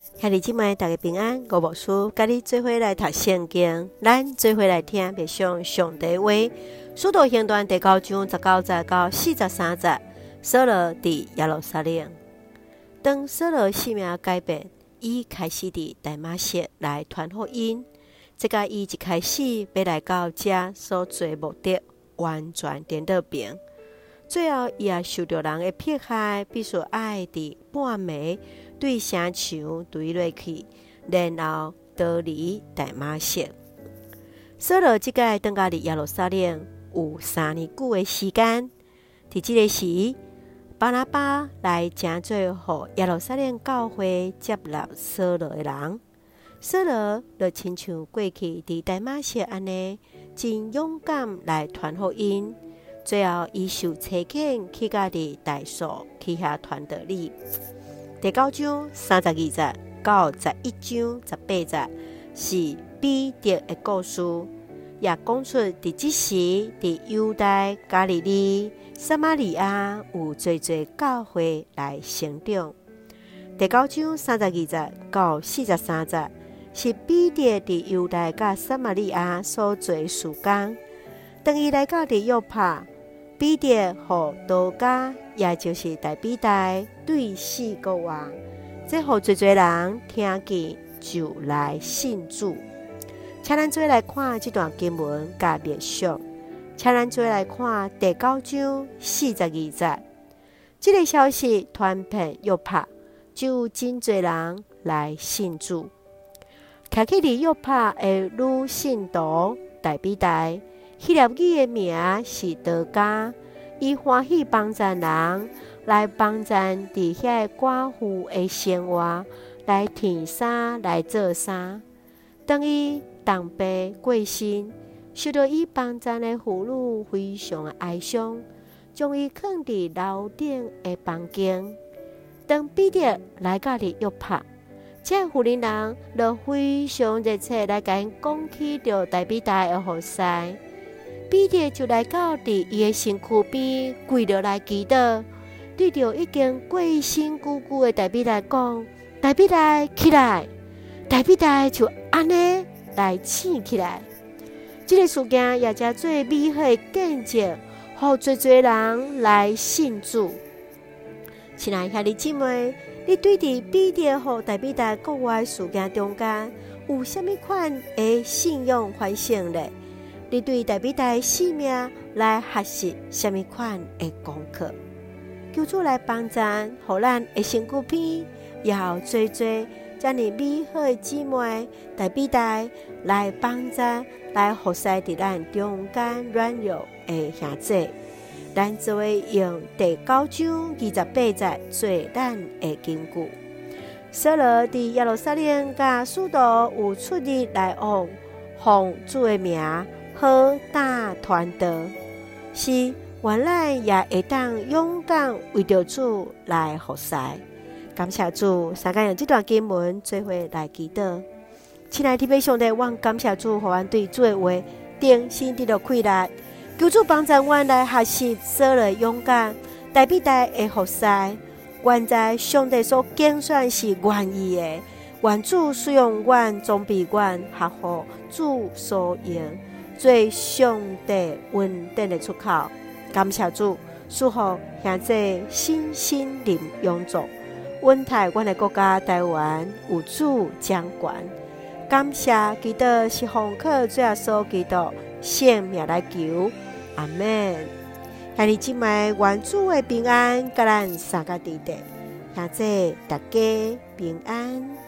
兄弟姊妹，大家平安。我牧师甲你做伙来读圣经，咱做伙来听默想上帝话。使徒行传第9章19节到43节。扫罗伫耶路撒冷，当扫罗性命改变，伊开始伫大马色来传福音。这甲伊一开始要来到这所做目的完全颠倒平。最后，伊也受到人的迫害，必须爱伫半暝对城墙坠落去，然后逃离大马色。扫罗即届登到伫耶路撒冷有3年久的时间。伫即个时，巴拿巴来正做互耶路撒冷教会接纳扫罗的人。扫罗就亲像过去伫大马色安尼，真勇敢来传福音。最后，伊受差遣去到伫大数去遐传道理。第9章32节到11章18节是彼得的故事，也讲出伫即时伫犹大、加利利、撒玛利亚有侪教会来成长。第9章32节到43节是彼得伫犹大甲撒玛利亚所做事工。当伊来到伫约帕，彼得和多加，也就是大比大对4个话，这互侪人听见就来信主。请咱做来看这段经文甲默想，请咱做来看第9章42节。这个消息传遍约帕，就有真侪人来信主。徛起伫约帕的女信徒大比大，希腊语的名是多加，伊欢喜帮助人，来帮助伫遐寡妇的生活，来添衫，来做衫。当伊当爸过身，受到伊帮助的妇女非常的哀伤，将伊放伫楼顶的房间。当彼得来到伫约帕，这妇人人就非常热切来甲因讲起着大比大的服侍。彼得就来到伫伊的身躯边，跪落来祈祷，对着已经过身久久的大比大讲：“大比大起来！”大比大就安尼来醒起来。这个事件也真最美好的见证，互侪人来信主。亲爱兄弟姊妹，你对伫彼得和大比大国外事件中间，有啥物款的信仰反省呢？你对大比大的性命来学习什么款的功课？求主来帮助，互咱的身躯边也有侪这么美好的姊妹大比大来帮助，来服侍伫咱中间软弱的兄弟。咱就会用第9章28节做咱的根据。扫罗伫耶路撒冷甲使徒有出入来往，奉主的名好打传道，是原来也会当勇敢为着主来服侍。感谢主，三个用这段经文做伙来祈祷。亲爱的弟兄姊妹，我感谢主，互阮对主的话定心得到开力，求主帮助阮来学习扫罗勇敢、大比大的服侍。原在上帝所拣选是愿意的，愿主使用阮，装备阮，合乎主所用，做上帝恩典的出口。感谢主，赐福兄弟身心灵永驻，稳台阮的国家台湾有主掌权。感谢基督是奉靠主耶稣基督圣名来求，阿们。兄弟姊妹，愿主的平安甲咱三个弟弟，兄弟大家平安。